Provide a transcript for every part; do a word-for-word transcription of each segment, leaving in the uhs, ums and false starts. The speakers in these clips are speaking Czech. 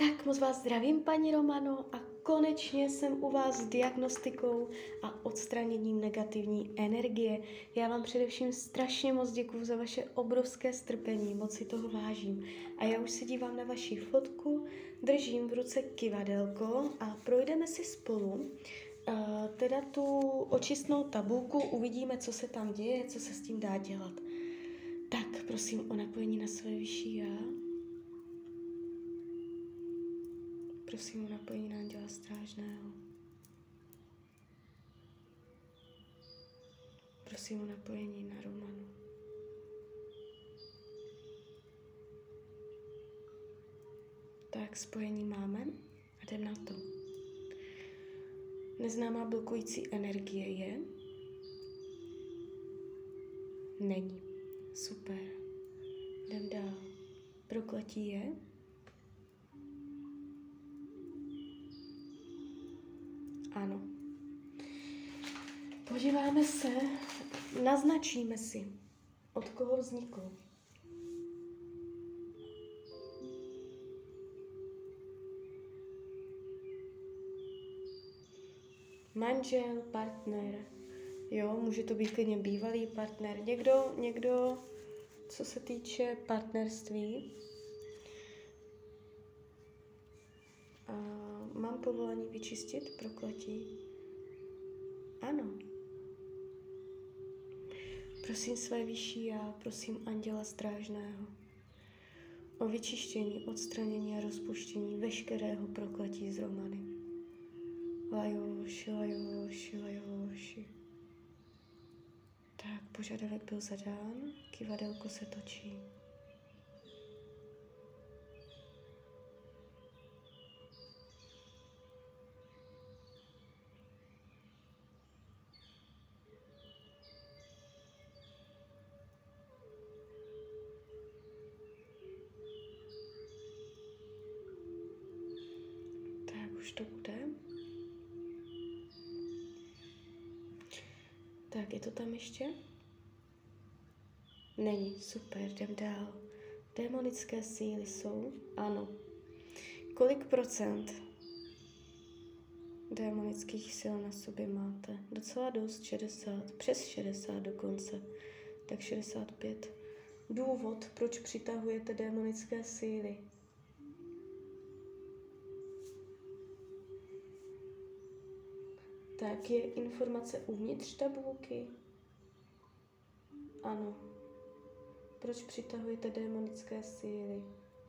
Tak moc vás zdravím, paní Romano, a konečně jsem u vás s diagnostikou a odstraněním negativní energie. Já vám především strašně moc děkuju za vaše obrovské strpení, moc si toho vážím. A já už se dívám na vaši fotku, držím v ruce kyvadelko a projdeme si spolu uh, teda tu očistnou tabulku, uvidíme, co se tam děje, co se s tím dá dělat. Tak, prosím o napojení na své vyšší já. Prosím o napojení na Anděla Strážného. Prosím o napojení na Romanu. Tak, spojení máme a jdem na to. Neznámá blokující energie je? Není. Super. Jdem dál. Prokletí je? Ano. Podíváme se, naznačíme si, od koho vzniklo. Manžel, partner, jo, může to být klidně bývalý partner, někdo, někdo, co se týče partnerství. A mám povolení vyčistit prokletí? Ano. Prosím své vyšší já, prosím Anděla Strážného o vyčištění, odstranění a rozpuštění veškerého prokletí z Romany. Lajoši, lajoši, lajoši. Tak, požadavek byl zadán, kyvadelko se točí. Tak, už to bude. Tak, je to tam ještě? Není, super, jdem dál. Démonické síly jsou? Ano. Kolik procent démonických sil na sobě máte? Docela dost, šedesát, přes šedesát dokonce. Tak šedesát pět. Důvod, proč přitahujete démonické síly? Tak je informace uvnitř tabulky? Ano. Proč přitahujete démonické síly?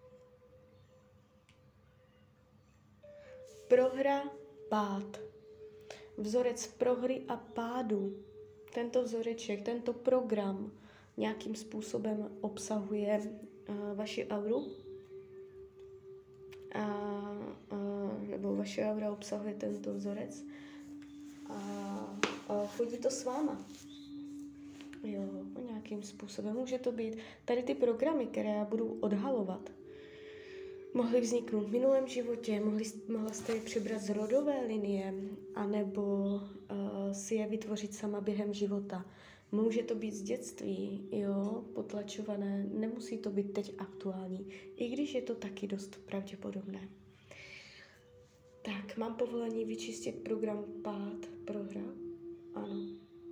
Prohra, pád. Vzorec prohry a pádu. Tento vzoreček, tento program nějakým způsobem obsahuje uh, vaši auru. A, uh, nebo vaše aura obsahuje tento vzorec. A, a chodí to s váma. Jo, nějakým způsobem může to být. Tady ty programy, které já budu odhalovat, mohly vzniknout v minulém životě, mohly, mohla jste je přibrat z rodové linie, anebo uh, si je vytvořit sama během života. Může to být z dětství, jo, potlačované, nemusí to být teď aktuální, i když je to taky dost pravděpodobné. Tak, mám povolení vyčistit program pád, prohra? Ano.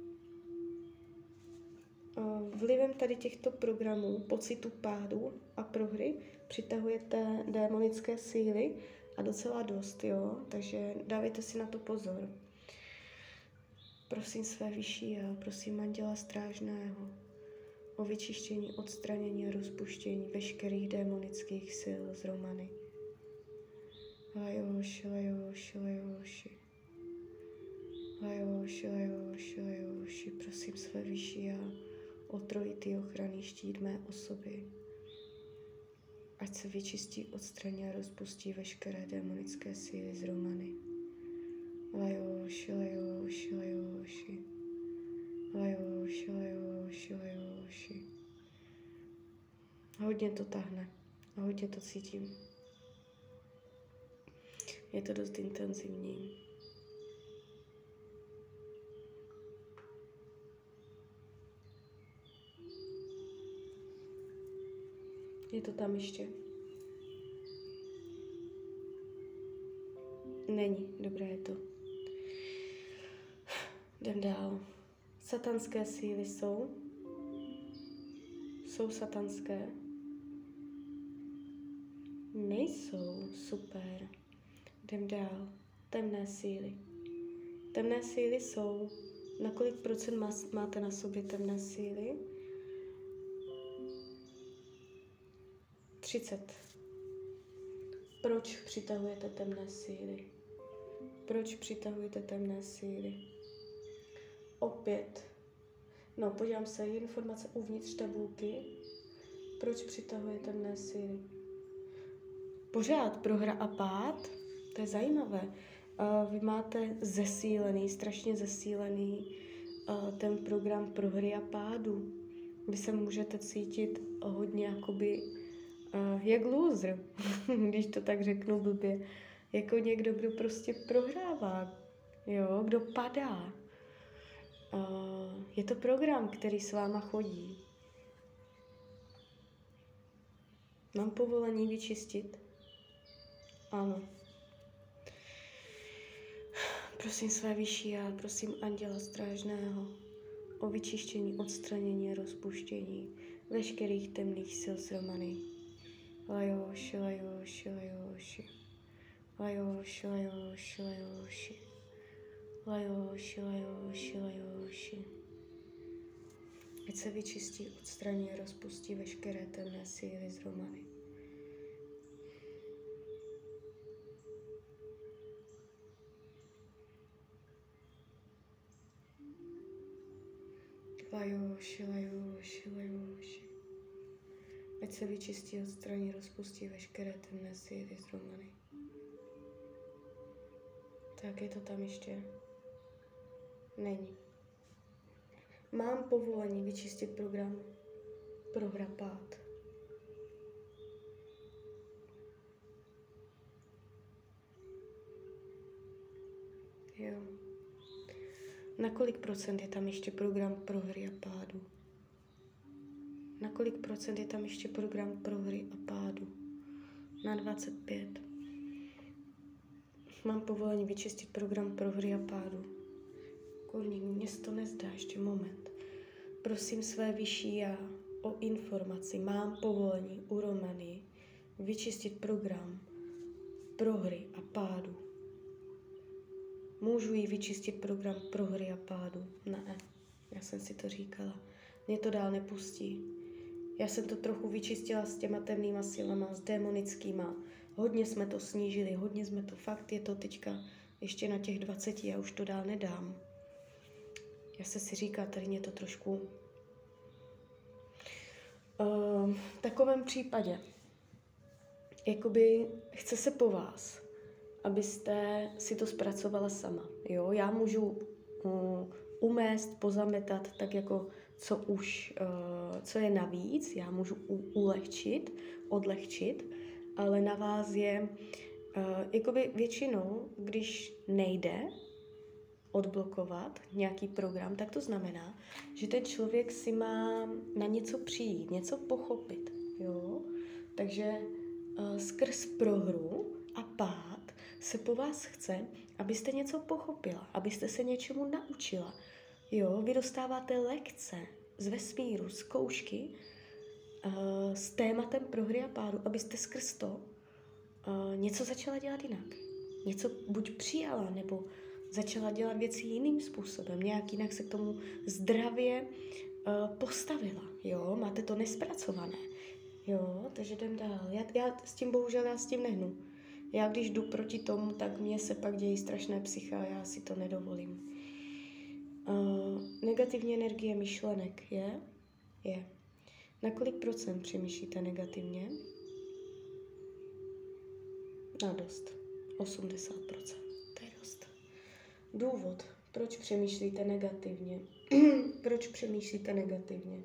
Vlivem tady těchto programů, pocitu pádu a prohry, přitahujete démonické síly a docela dost, jo? Takže dávejte si na to pozor. Prosím své vyšší já, prosím Anděla Strážného o vyčištění, odstranění a rozpuštění veškerých démonických sil z Romany. Lajoši, lajoši, lajoši. Lajoši, lajoši, lajoši, prosím své vyšší já o trojitý ochranný štít mé osoby. Ať se vyčistí, odstraní a rozpustí veškeré démonické síly z Romany. Lajoši, lajoši, lajoši. Lajoši, lajoši, lajoši. Hodně to tahne a hodně to cítím. Je to dost intenzivní. Je to tam ještě. Není, dobré je to. Jdem dál. Satanské síly jsou? Jsou satanské? Nejsou, super. Jdem dál. Temné síly. Temné síly jsou. Na kolik procent má, máte na sobě temné síly? třicet. Proč přitahujete temné síly? Proč přitahujete temné síly? Opět. No, podívám se, informace uvnitř tabulky. Proč přitahuje temné síly? Pořád prohra a pád? To je zajímavé. Uh, vy máte zesílený, strašně zesílený uh, ten program prohry a pádu. Vy se můžete cítit hodně jakoby uh, jak loser, když to tak řeknu blbě. Jako někdo, kdo prostě prohrává, jo, kdo padá. Uh, je to program, který s váma chodí. Mám povolení vyčistit? Ano. Prosím své vyšší já, prosím anděla strážného o vyčištění, odstranění a rozpuštění veškerých temných sil z Romany. Lajoši, lajoši, lajoši. Lajoši, lajoši, lajoši. Lajoši, lajoši, lajoši. Ať se vyčistí, odstraní a rozpustí veškeré temné síly z Romany. Lajoši, lajoši, lajoši. Ať se vyčistí, odstraní, rozpustí veškeré temné síly z Romany. Tak je to tam ještě? Není. Mám povolení vyčistit program prohra pád. Jo. Na kolik procent je tam ještě program prohry a pádu? Na kolik procent je tam ještě program prohry a pádu? Na dvacet pět. Mám povolení vyčistit program prohry a pádu. Kurník, mně se to nezdá, ještě moment. Prosím své vyšší já o informaci. Mám povolení u Romany vyčistit program prohry a pádu. Můžu jí vyčistit program prohry a pádu? Ne, já jsem si to říkala. Mě to dál nepustí. Já jsem to trochu vyčistila s těma temnýma silama, s démonickýma. Hodně jsme to snížili, hodně jsme to, fakt je to teďka ještě na těch dvaceti, já už to dál nedám. Já se si říká, tady mě to trošku... Uh, v takovém případě, jakoby chce se po vás, abyste si to zpracovala sama. Jo? Já můžu uh, umést, pozametat, tak jako co už, uh, co je navíc, já můžu u- ulehčit, odlehčit, ale na vás je, uh, jakoby většinou, když nejde odblokovat nějaký program, tak to znamená, že ten člověk si má na něco přijít, něco pochopit. Jo? Takže uh, skrz prohru a pád se po vás chce, abyste něco pochopila, abyste se něčemu naučila. Jo? Vy dostáváte lekce z vesmíru, zkoušky uh, s tématem prohry a pádu, abyste skrz to uh, něco začala dělat jinak. Něco buď přijala, nebo začala dělat věci jiným způsobem, nějak jinak se k tomu zdravě uh, postavila. Jo? Máte to nespracované. Jo? Takže jdem dál. Já, já s tím bohužel já s tím nehnu. Já když jdu proti tomu, tak mně se pak dějí strašné psycha a já si to nedovolím. Uh, negativní energie myšlenek je? Je. Na kolik procent přemýšlíte negativně? Na dost. osmdesát procent. To je dost. Důvod, proč přemýšlíte negativně? Proč přemýšlíte negativně?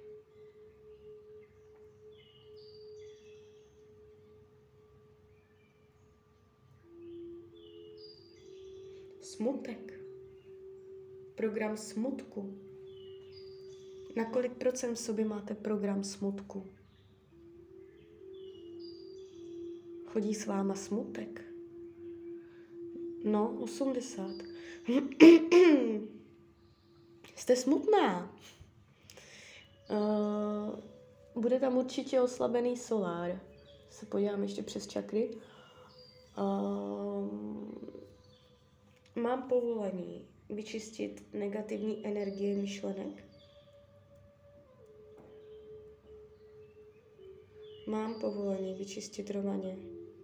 Smutek. Program smutku. Na kolik procent v sobě máte program smutku? Chodí s váma smutek? No, osmdesát. Jste smutná. Uh, bude tam určitě oslabený solár. Se podívám ještě přes čakry. Uh, mám povolení vyčistit negativní energie myšlenek. Mám povolení vyčistit, Romaně,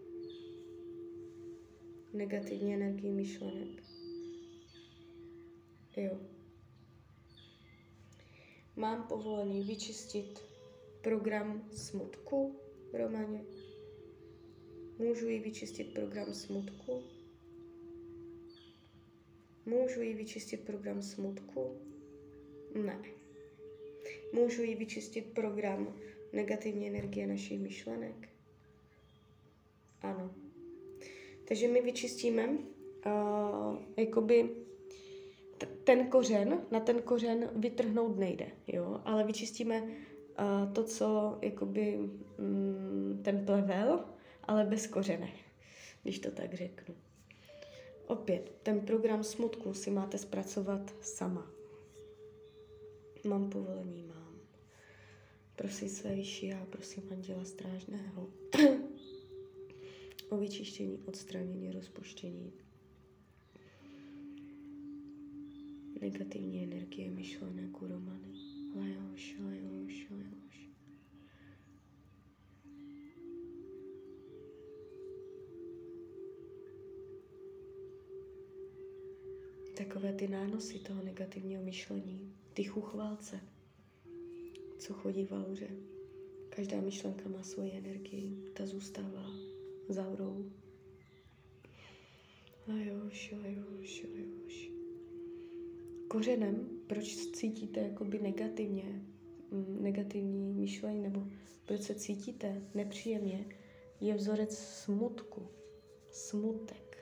negativní energii myšlenek. Jo. Mám povolení vyčistit program smutku, Romaně. Můžu jí vyčistit program smutku? Můžu jí vyčistit program smutku? Ne. Můžu jí vyčistit program negativní energie našich myšlenek? Ano. Takže my vyčistíme uh, jakoby t- ten kořen, na ten kořen vytrhnout nejde, jo, ale vyčistíme uh, to, co jakoby mm, ten plevel, ale bez kořene, když to tak řeknu. Opět, ten program smutku si máte zpracovat sama. Mám povolení, mám. Prosím své vyšší já, prosím anděla strážného o vyčištění, odstranění, rozpuštění negativní energie myšlenek u Romany. Lajoš, lajoš, lajoš. Takové ty nánosy toho negativního myšlení, ty chuchválce, co chodí v auře. Každá myšlenka má svoji energii, ta zůstává za aurou. Lajoš, lajoš, lajoš. Kořenem, proč cítíte jakoby negativně, negativní myšlení, nebo proč se cítíte nepříjemně, je vzorec smutku, smutek.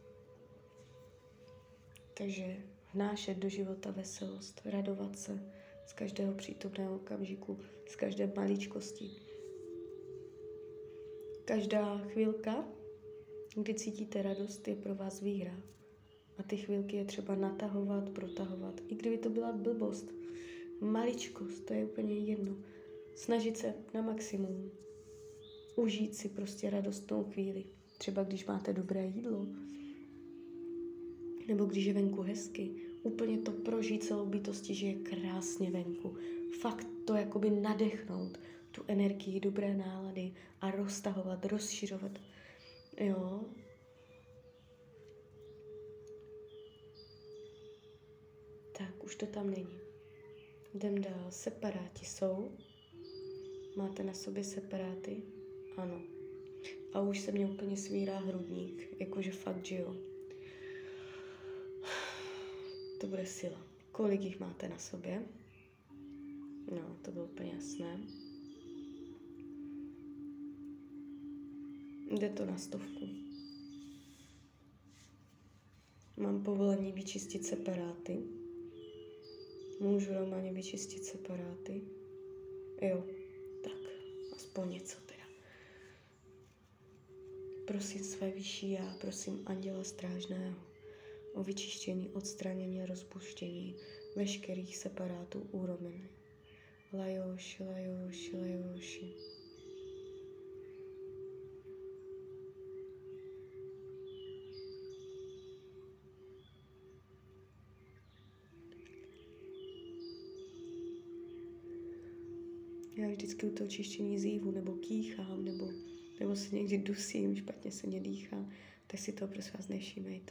Takže vnášet do života veselost, radovat se z každého přítomného okamžiku, z každé maličkosti. Každá chvilka, kdy cítíte radost, je pro vás výhra. A ty chvilky je třeba natahovat, protahovat. I kdyby to byla blbost, maličkost, to je úplně jedno. Snažit se na maximum. Užít si prostě radostnou chvíli. Třeba když máte dobré jídlo. Nebo když je venku hezky. Úplně to prožít celou bytostí, že je krásně venku. Fakt to jakoby nadechnout. Tu energii dobré nálady a roztahovat, rozšiřovat. Jo. Tak, už to tam není. Jdem dál. Separáti jsou. Máte na sobě separáty? Ano. A už se mě úplně svírá hrudník. Jakože fakt, že jo. To bude sila. Kolik jich máte na sobě? No, to bylo úplně jasné. Jde to na stovku. Mám povolení vyčistit separáty. Můžu Romaně vyčistit separáty? Jo, tak, aspoň něco teda. Prosím své vyšší já, prosím anděla strážného o vyčištění, odstranění, rozpuštění veškerých separátů u Romany. Lajoši, lajoši, lajoši. Já vždycky u toho čištění zívu, nebo kýchám, nebo, nebo se někdy dusím, špatně se mě dýchá, tak si to prosím vás nevšímejte.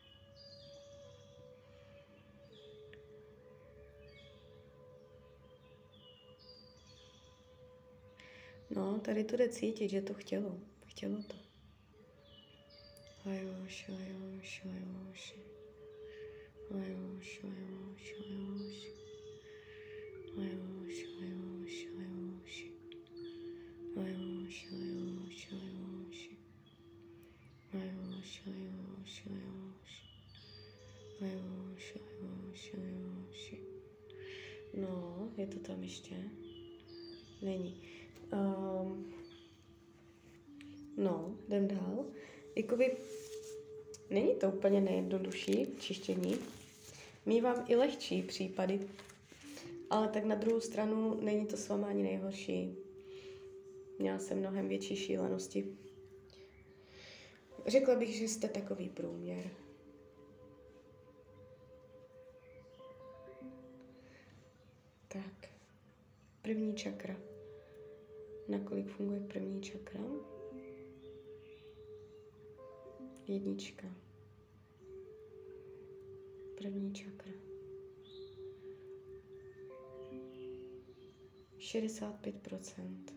No, tady to jde cítit, že to chtělo. Chtělo to. Lajoš, lajoš, lajoš. Lajoš, lajoš, lajoš. Lajoš, lajoš, lajoš. Lajoš, lajoš, lajoš. Lajoš, lajoš, lajoš. Lajoš, lajoš, lajoš. No, je to tam ještě? Není. Um, no, jdem dál. Jakoby Není to úplně nejjednodušší čištění. Mívám i lehčí případy, ale tak na druhou stranu není to s váma ani nejhorší. Měla jsem mnohem větší šílenosti. Řekla bych, že jste takový průměr. Tak, první čakra. Nakolik funguje první čakra? Jednička. První čakra. šedesát pět procent.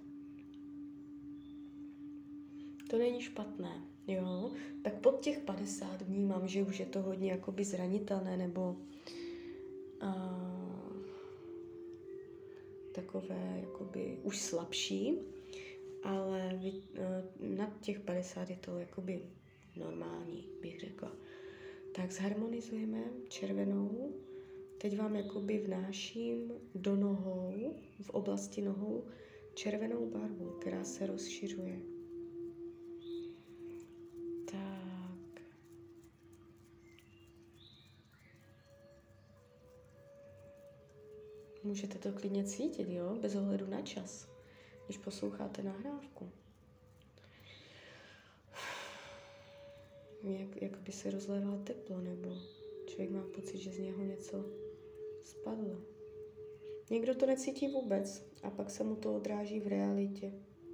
To není špatné, jo? Tak pod těch padesát vnímám, že už je to hodně jakoby zranitelné, nebo a, takové jakoby už slabší, ale vy, nad těch padesát je to jakoby normální, bych řekla. Tak zharmonizujeme červenou. Teď vám jakoby vnáším do nohou, v oblasti nohou, červenou barvu, která se rozšiřuje. Tak. Můžete to klidně cítit, jo? Bez ohledu na čas, když posloucháte nahrávku. Jak, jak by se rozlévalo teplo, nebo člověk má pocit, že z něho něco spadlo. Někdo to necítí vůbec a pak se mu to odráží v realitě.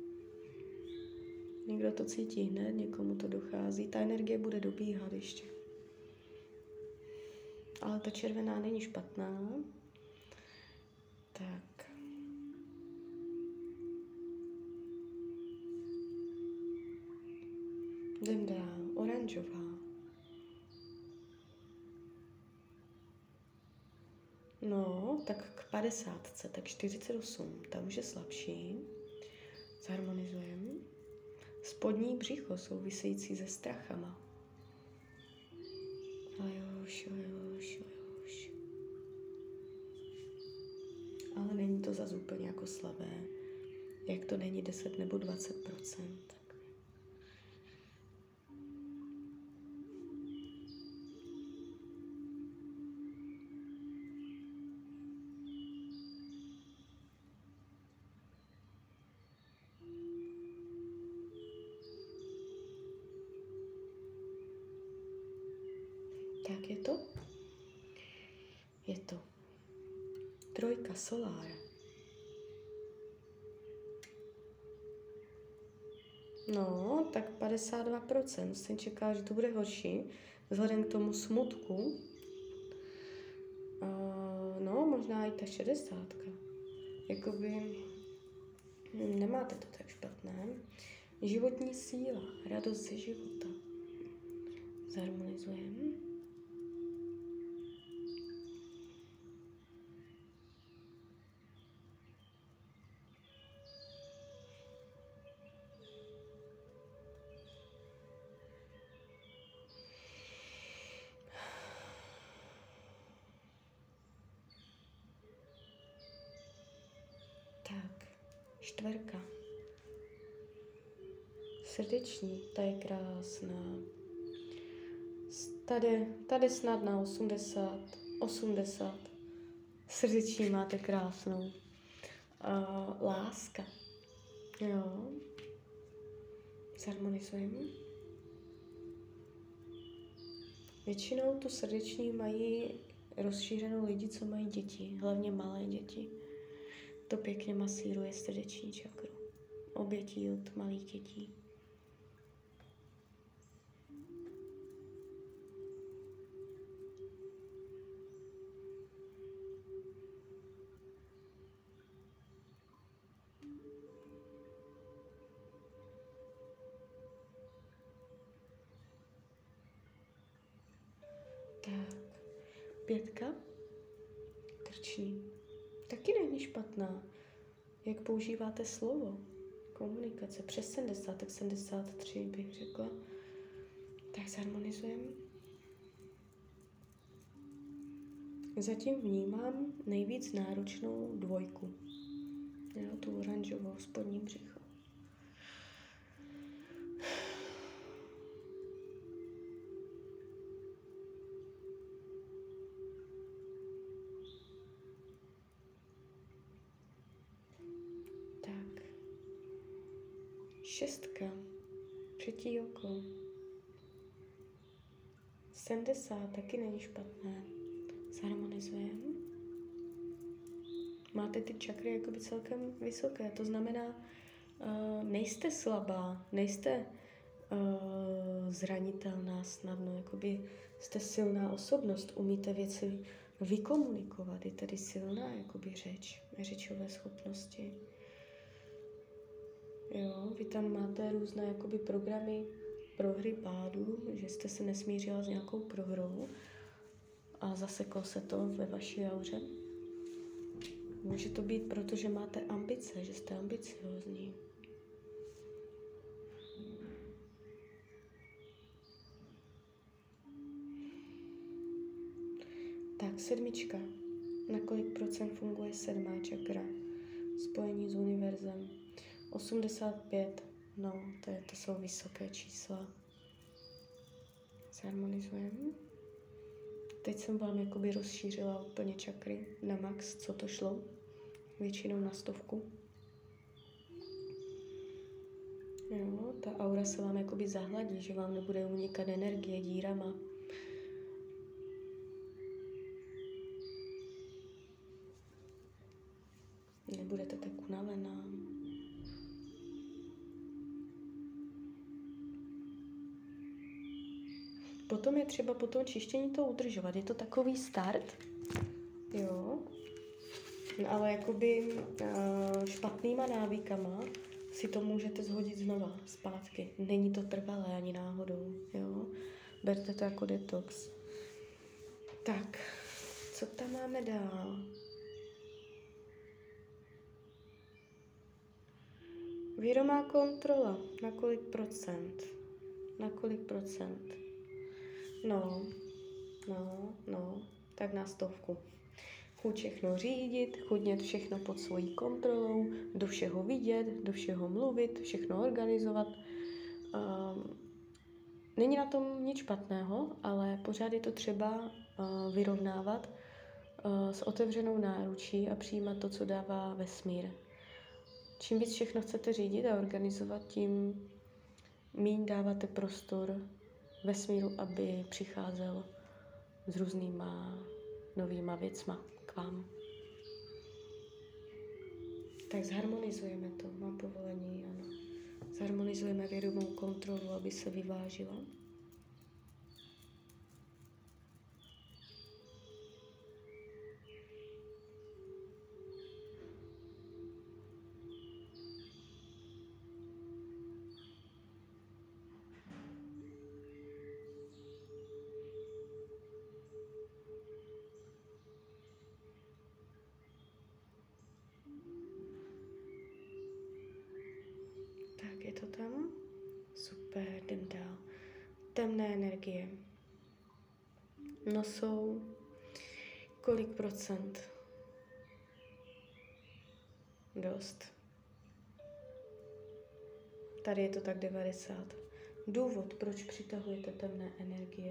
Někdo to cítí hned, někomu to dochází. Ta energie bude dobíhat ještě. Ale ta červená není špatná. Tak. Jdem dál. Oranžová. No, tak k padesátce, tak čtyřicet osm, tam už je slabší. Zharmonizujeme. Spodní břicho související se strachama. Ajoš, ajoš, ajoš. Ale není to zas úplně jako slabé, jak to není deset nebo dvacet procent. Tak je to? Je to trojka solára. No, tak padesát dva procent. Jsem čekala, že to bude horší, vzhledem k tomu smutku. Uh, no, možná i ta šedesátka. Jakoby nemáte to tak špatné. Životní síla, radost ze života. Zharmonizujeme. Tak, čtverka. Srdeční, ta je krásná. Tady, tady snad na osmdesát, osmdesát. Srdeční máte krásnou. Uh, láska. Jo. Zharmonizujeme. Většinou tu srdeční mají rozšířenou lidi, co mají děti, hlavně malé děti. To pěkně masíruje srdeční čakru. Obětí od malých dětí. Tak, pětka, krční, taky není špatná. Jak používáte slovo, komunikace, přes sedmdesát, tak sedmdesát tři bych řekla. Tak zharmonizujeme. Zatím vnímám nejvíc náročnou dvojku. Jo, tu oranžovou spodní břicho. Šestka. Třetí oko. sedmdesát, taky není špatné. Zharmonizujeme. Máte ty čakry jakoby celkem vysoké, to znamená, uh, nejste slabá, nejste uh, zranitelná snadno, jakoby jste silná osobnost, umíte věci vykomunikovat, je tedy silná jakoby řeč, řečové schopnosti. Jo, vy tam máte různé jakoby programy prohry pádu, že jste se nesmířila s nějakou prohrou a zaseklo se to ve vaší auře. Může to být proto, že máte ambice, že jste ambiciózní. Tak, sedmička. Na kolik procent funguje sedmá čakra? Spojení s univerzem. osmdesát pět. No, to, je, to jsou vysoké čísla. Zharmonizujeme. Teď jsem vám jakoby rozšířila úplně čakry na max, co to šlo. Většinou na stovku. Jo, ta aura se vám jakoby zahladí, že vám nebude unikat energie dírama. Nebudete tak unavená. Potom je třeba po tom čištění to udržovat. Je to takový start, jo, ale jakoby uh, špatnýma návykama si to můžete zhodit znova, zpátky. Není to trvalé ani náhodou, jo. Berte to jako detox. Tak, co tam máme dál? Vědomá kontrola. Na kolik procent? Na kolik procent? No, no, no, tak na stovku. Chuť všechno řídit, chuť mít všechno pod svojí kontrolou, do všeho vidět, do všeho mluvit, všechno organizovat. Um, není na tom nic špatného, ale pořád je to třeba uh, vyrovnávat uh, s otevřenou náručí a přijímat to, co dává vesmír. Čím víc všechno chcete řídit a organizovat, tím míň dáváte prostor vesmíru, aby přicházel s různýma novýma věcma k vám. Tak zharmonizujeme to, mám povolení, ano. Zharmonizujeme vědomou kontrolu, aby se vyvážila. Tak, je to tam? Super, jdem dál. Temné energie. No jsou kolik procent? Dost. Tady je to tak devadesát. Důvod, proč přitahujete temné energie,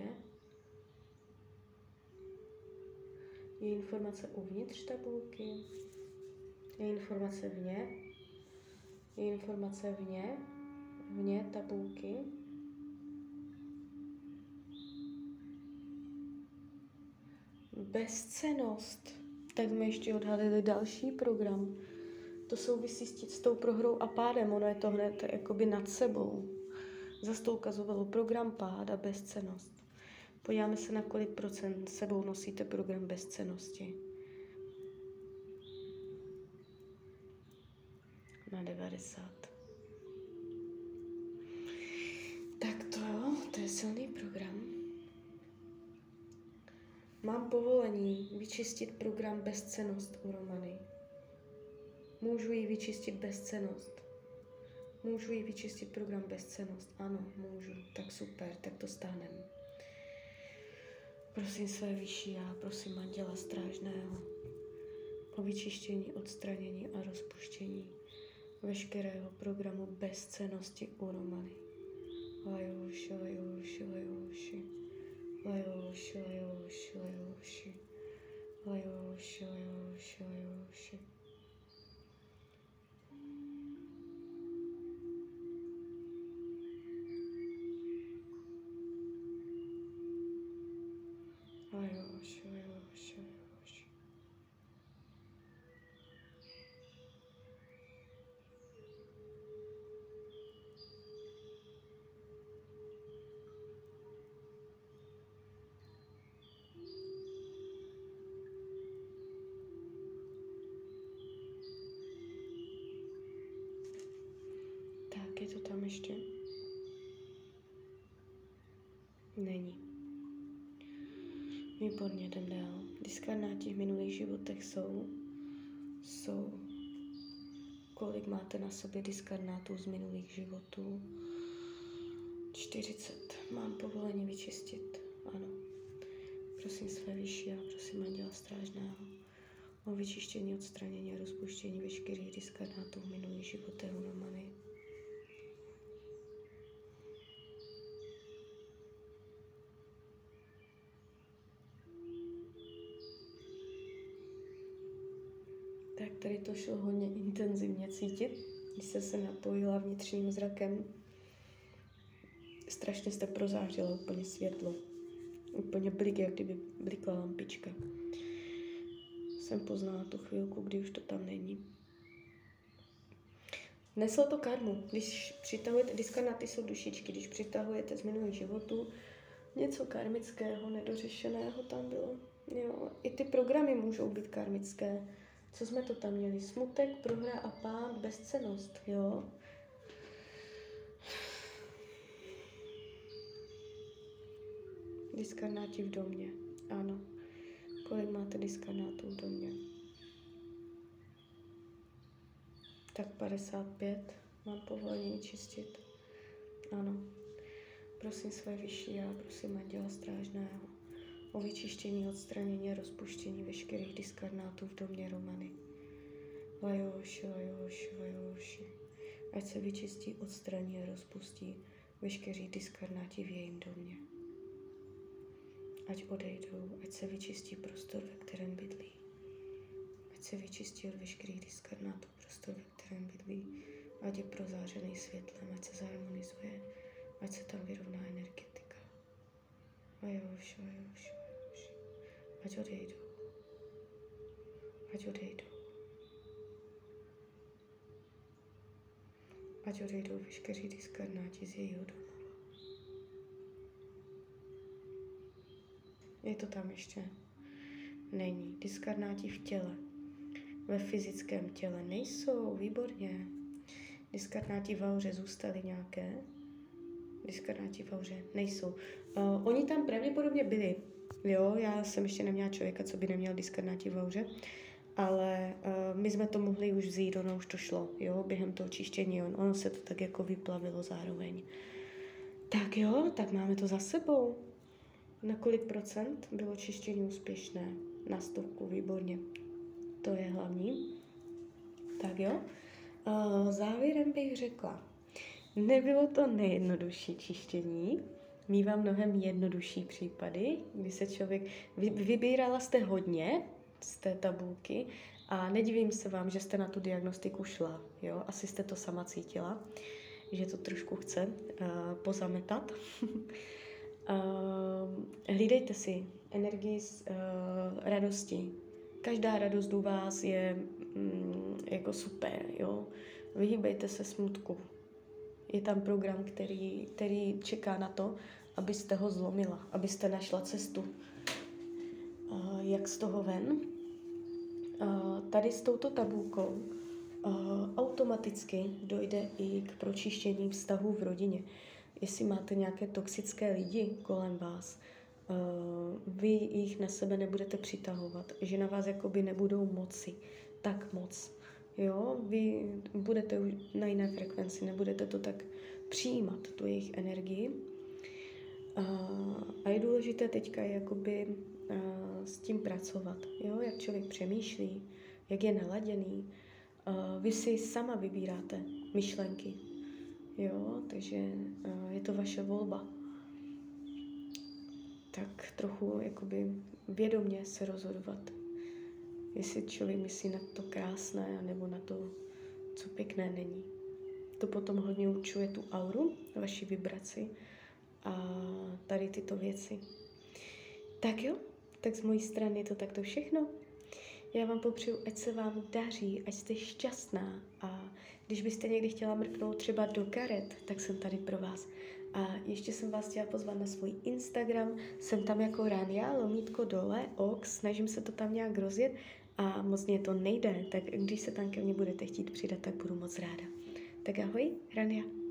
je informace uvnitř tabulky, je informace vně, je informace vně, vně tabulky. Bezcennost. Tak jsme ještě odhalili další program. To souvisí s tou prohrou a pádem. Ono je to hned jakoby nad sebou. Zas to ukazovalo program pád a bezcennost. Podíváme se, na kolik procent sebou nosíte program bezcennosti. Na devadesát. Tak to jo, to je silný program. Mám povolení vyčistit program bezcennost u Romany. Můžu ji vyčistit bezcennost. Můžu ji vyčistit program bezcennost. Ano, můžu. Tak super, tak to stáhneme. Prosím své vyšší já, prosím Anděla Strážného o vyčištění, odstranění a rozpuštění veškerého programu bezcennosti u Romany. Lajoši, lajoši, lajoši. Lajoši, lajoši, lajoši. Lajoši, lajoši, lajoši. Je to tam ještě? Není. Výborně, jdem dál. Diskarnáti v minulých životech jsou, jsou. Kolik máte na sobě diskarnátů z minulých životů? čtyřicet. Mám povolení vyčistit. Ano. Prosím své vyšší a prosím anděla strážného o vyčištění, odstranění a rozpuštění veškerých diskarnátů v minulých životech Hunomany. Tak tady to šlo hodně intenzivně cítit, když jste se napojila vnitřním zrakem. Strašně jste prozářila úplně světlo. Úplně blik, jak kdyby blikla lampička. Jsem poznala tu chvilku, kdy už to tam není. Neslo to karmu. Když přitahujete, diskarnáty jsou dušičky, když přitahujete z minulých životů, něco karmického, nedořešeného tam bylo. Jo. I ty programy můžou být karmické. Co jsme to tam měli? Smutek, prohra a pád, bezcennost, jo. Diskarnáti v domě, ano. Kolik máte diskarnátů v domě? Tak padesát pět. Mám povolení čistit. Ano. Prosím své vyšší a prosím anděla strážného o vyčištění, odstranění a rozpuštění veškerých diskarnátů v domě Romany. Vajoši, vajoši, vajoši. Ať se vyčistí, odstraní a rozpustí veškerý diskarnáti v jejím domě. Ať odejdou, ať se vyčistí prostor, ve kterém bydlí. Ať se vyčistí od veškerých diskarnátů prostor, ve kterém bydlí. Ať je prozářený světlem, ať se zharmonizuje, ať se tam vyrovná energetika. Vajoši, vajoši, vajoši. Ať odejdou. Ať odejdou. Ať odejdou veškeří diskarnáti z jejího domu. Je to tam ještě? Není. Diskarnáti v těle. Ve fyzickém těle nejsou. Výborně. Diskarnáti v auře zůstaly nějaké. Diskarnáti v auře nejsou. Uh, oni tam pravděpodobně byli. Jo, já jsem ještě neměla člověka, co by neměl diskarnáti v auře. Ale uh, my jsme to mohli už vzít, ono už to šlo. Jo, během toho čištění. On, ono se to tak jako vyplavilo zároveň. Tak jo, tak máme to za sebou. Na kolik procent bylo čištění úspěšné? Na stovku, výborně. To je hlavní. Tak jo. Uh, závěrem bych řekla, nebylo to nejjednodušší čištění. Mívám mnohem jednodušší případy, kdy se člověk... Vy, vybírala jste hodně z té tabulky a nedivím se vám, že jste na tu diagnostiku šla. Jo? Asi jste to sama cítila, že to trošku chce uh, pozametat. Uh, hlídejte si energii z uh, radosti. Každá radost u vás je mm, jako super, jo. Vyhýbejte se smutku. Je tam program, který, který čeká na to, abyste ho zlomila, abyste našla cestu. Uh, jak z toho ven? Uh, tady s touto tabulkou uh, automaticky dojde i k pročištění vztahů v rodině. Jestli máte nějaké toxické lidi kolem vás, uh, vy jich na sebe nebudete přitahovat, že na vás jakoby nebudou moci tak moc. Jo, vy budete už na jiné frekvenci, nebudete to tak přijímat, tu jejich energii. Uh, a je důležité teďka jakoby uh, s tím pracovat, jo, jak člověk přemýšlí, jak je naladěný. Uh, vy si sama vybíráte myšlenky. Jo, takže uh, je to vaše volba. Tak trochu jakoby vědomě se rozhodovat, jestli člověk myslí na to krásné, nebo na to, co pěkné není. To potom hodně určuje tu auru, vaši vibraci a tady tyto věci. Tak jo, tak z mojí strany je to takto všechno. Já vám popřeju, ať se vám daří, ať jste šťastná a když byste někdy chtěla mrknout třeba do karet, tak jsem tady pro vás. A ještě jsem vás chtěla pozvat na svůj Instagram, jsem tam jako Rania, lomítko dole, ox, snažím se to tam nějak rozjet a moc mě to nejde, tak když se tam ke mně budete chtít přidat, tak budu moc ráda. Tak ahoj, Rania.